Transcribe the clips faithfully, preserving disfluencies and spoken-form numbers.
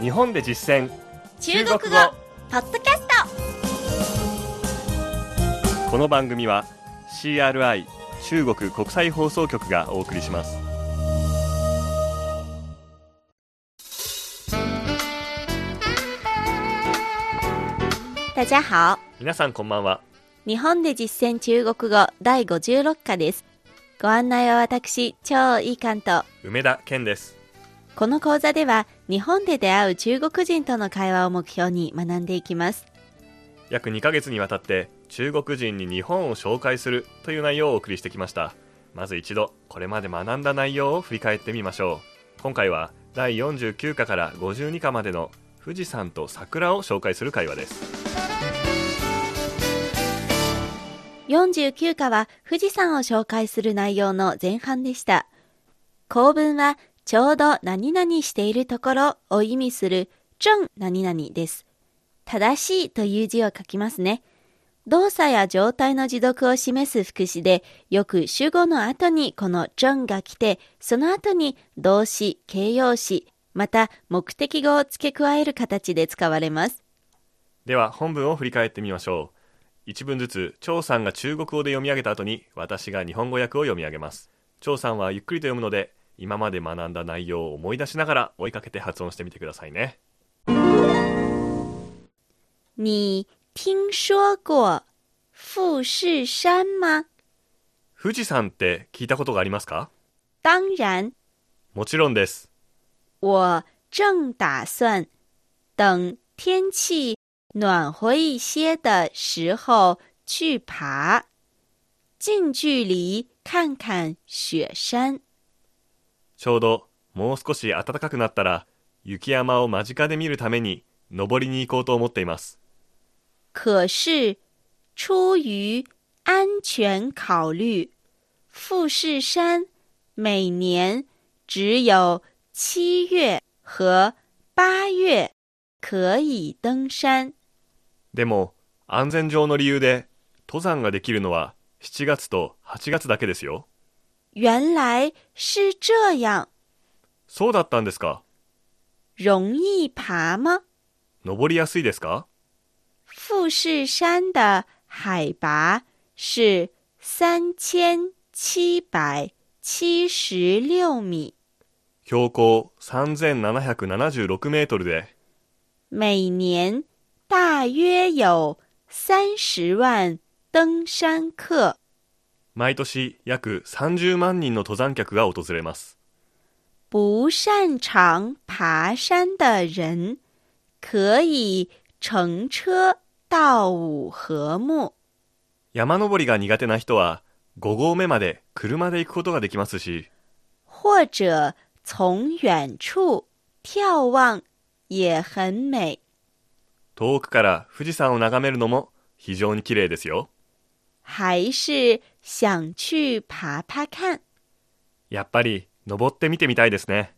日本で実践中国語ポッドキャスト。 この番組は シーアールアイ 中国国際放送局がお送りします。 大家好。 皆さんこんばんは。 日本で実践中国語だいごじゅうろっかです。ご案内は私、張一貫と梅田健です。 この講座では日本で出会う中国人との会話を目標に学んでいきます。 約にかげつにわたって中国人に日本を紹介するという内容をお送りしてきました。まず一度これまで学んだ内容を振り返ってみましょう。今回はだいよんじゅうきゅうかからごじゅうにかまでの富士山と桜を紹介する会話です。 よんじゅうきゅうかは富士山を紹介する内容の前半でした。構文はちょうど何々しているところを意味する正何々です。正しいという字を書きますね。動作や状態の持続を示す副詞で、よく主語の後にこの正が来て、その後に動詞、形容詞、また目的語を付け加える形で使われます。 では本文を振り返ってみましょう。一文ずつ張さんが中国語で読み上げた後に私が日本語訳を読み上げます。張さんはゆっくりと読むので今まで学んだ内容を思い出しながら追いかけて発音してみてくださいね。 你听说过富士山吗？ 富士山って聞いたことがありますか？ 当然。 もちろんです。 我正打算等天气暖和一些的时候去爬，近距離看看雪山。 ちょうどもう少し暖かくなったら雪山を間近で見るために登りに行こうと思っています。 可是出於安全考慮，富士山每年只有七月和八月可以登山。 でも安全上の理由で登山ができるのはしちがつとはちがつだけですよ。 原来是这样。 そうだったんですか。 容易爬嗎？ 登りやすいですか？ 富士山的海拔是三千七百七十六米。 標高さんぜんななひゃくななじゅうろくメートルで、 每年大約有三十万登山客。 毎年約さんじゅうまんにんの登山客が訪れます。 不擅長爬山的人可以乘車到五合目。 山登りが苦手な人はご合目まで車で行くことができますし、 或者從遠處眺望也很美。 遠くから富士山を眺めるのも非常に綺麗ですよ。 還是想去爬爬看。 やっぱり登ってみてみたいですね。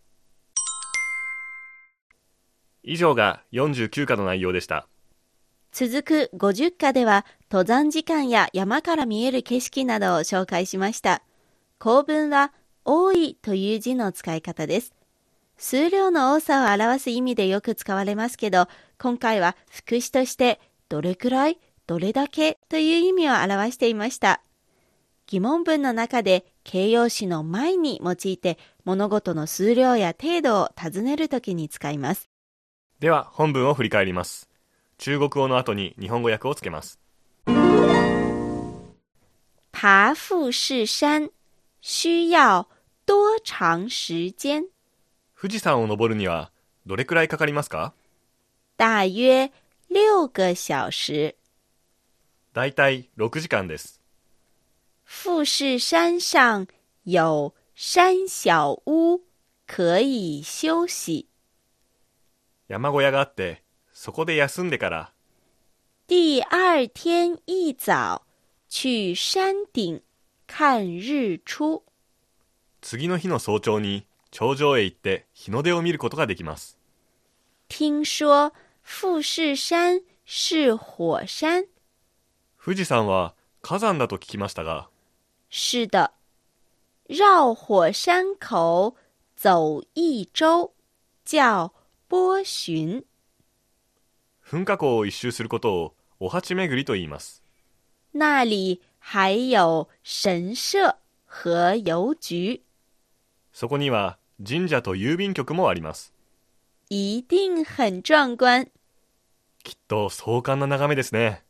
以上がよんじゅうきゅうかの内容でした。 続くごじゅっかでは登山時間や山から見える景色などを紹介しました。構文は多いという字の使い方です。数量の多さを表す意味でよく使われますけど、今回は副詞としてどれくらい、どれだけという意味を表していました。疑問文の中で形容詞の前に用いて物事の数量や程度を尋ねるときに使います。 では本文を振り返ります。中国語の後に日本語訳をつけます。 爬富士山需要多長時間？ 富士山を登るにはどれくらいかかりますか？ 大約六個小時。 だいたいろくじかんです。 富士山上有山小屋可以休息。 山小屋があってそこで休んでから第二天一早去山頂看日出。 次の日の早朝に頂上へ行って日の出を見ることができます。 聽說富士山是火山。 富士山は火山だと聞きましたが。 是的。繞火山口走一周叫波巡。 噴火口を一周することをお鉢巡りと言います。 那里还有神社和邮局。 そこには神社と郵便局もあります。 一定很壮观。 きっと壮観な眺めですね。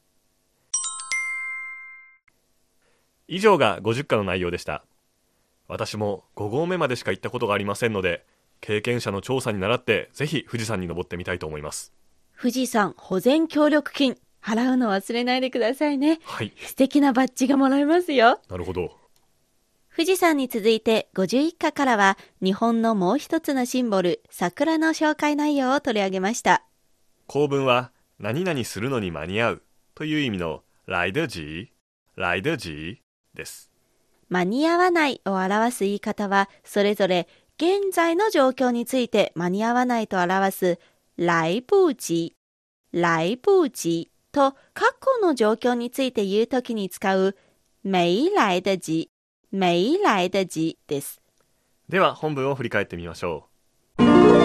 以上がごじゅっかの内容でした。私もご合目までしか行ったことがありませんので、経験者の調査に倣ってぜひ富士山に登ってみたいと思います。 富士山保全協力金払うの忘れないでくださいね。 はい。 素敵なバッジがもらえますよ。 なるほど。 富士山に続いてごじゅういっかからは日本のもう一つのシンボル、桜の紹介内容を取り上げました。 構文は何々するのに間に合うという意味の来得及、来得及です。 間に合わないを表す言い方はそれぞれ現在の状況について間に合わないと表す来不及、来不及と過去の状況について言うときに使う没来得及、没来得及です。 では本文を振り返ってみましょう。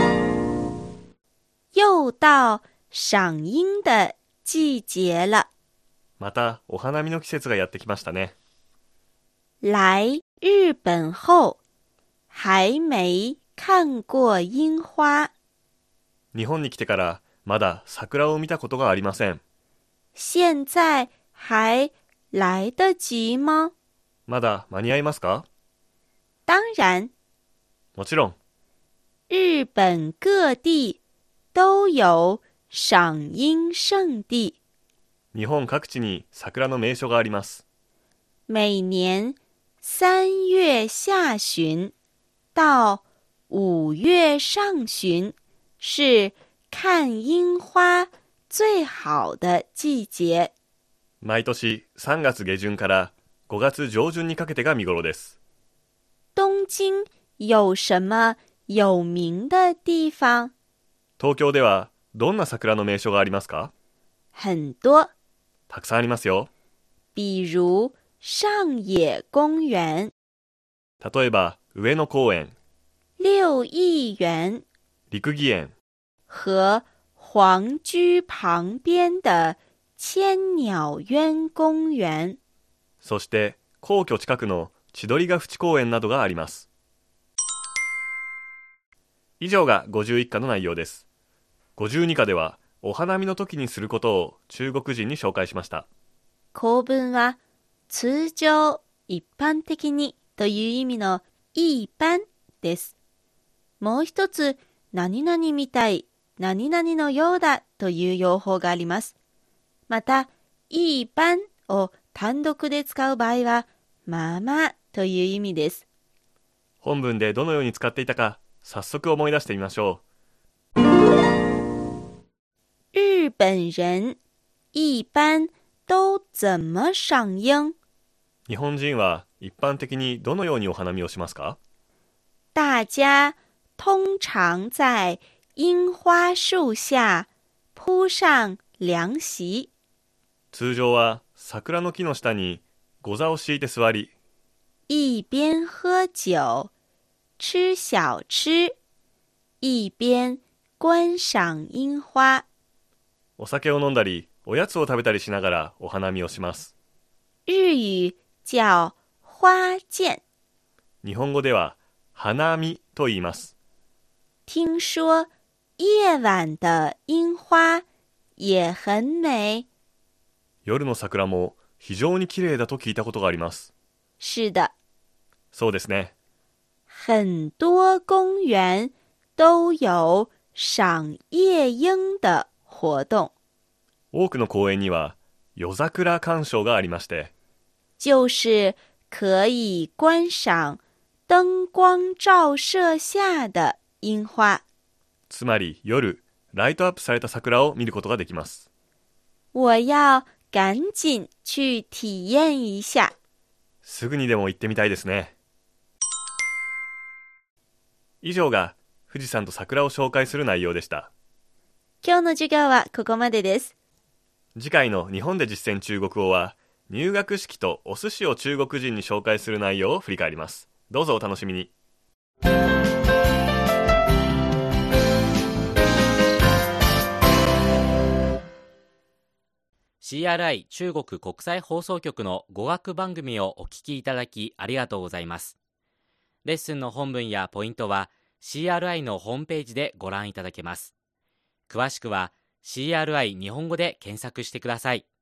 又到賞樱的季節了。 またお花見の季節がやってきましたね。 来日本後还没看过樱花。 日本に来てからまだ桜を見たことがありません。 現在還來得及嗎？ まだ間に合いますか？ 當然。 もちろん。 日本各地都有賞櫻勝地。 日本各地に桜の名所があります。 每年三月下旬到五月上旬是看櫻花最好的季節。 毎年さんがつ下旬からごがつ上旬にかけてが見頃です。 東京有什麼有名的地方？ 東京ではどんな桜の名所がありますか？ 很多。 たくさんありますよ。 比如上野公園。 例えば上野公園、 六義園、 六義園和皇居旁邊的千鳥園公園。 そして皇居近くの千鳥ヶ淵公園などがあります。以上がごじゅういっかの内容です。ごじゅうにかではお花見の時にすることを中国人に紹介しました。 構文は通常、一般的にという意味の一般です。もう一つ、何々みたい、何々のようだという用法があります。また、一般を単独で使う場合は、まあまあという意味です。 本文でどのように使っていたか、早速思い出してみましょう。 日本人一般都怎麼賞櫻？ 日本人は一般的にどのようにお花見をしますか？ 大家通常在櫻花樹下鋪上涼席。 通常は桜の木の下に御座を敷いて座り、 一邊喝酒、吃小吃、一邊觀賞櫻花。 お酒を飲んだり、おやつを食べたりしながらお花見をします。 日語叫花見。 日本語では花見と言います。 聽說夜晚的櫻花也很美。 夜の桜も非常に綺麗だと聞いたことがあります。 是的。 そうですね。 很多公園都有賞夜櫻的活動。 多くの公園には夜桜鑑賞がありまして、 就是可以觀賞燈光照射下的櫻花。 つまり夜ライトアップされた桜を見ることができます。 我要趕緊去體驗一下。 すぐにでも行ってみたいですね。以上が富士山と桜を紹介する内容でした。 今日の授業はここまでです。 次回の日本で実践中国語は、入学式とお寿司を中国人に紹介する内容を振り返ります。どうぞお楽しみに。 シーアールアイ 中国国際放送局の語学番組をお聞きいただきありがとうございます。レッスンの本文やポイントは シーアールアイ のホームページでご覧いただけます。詳しくは シーアールアイ 日本語で検索してください。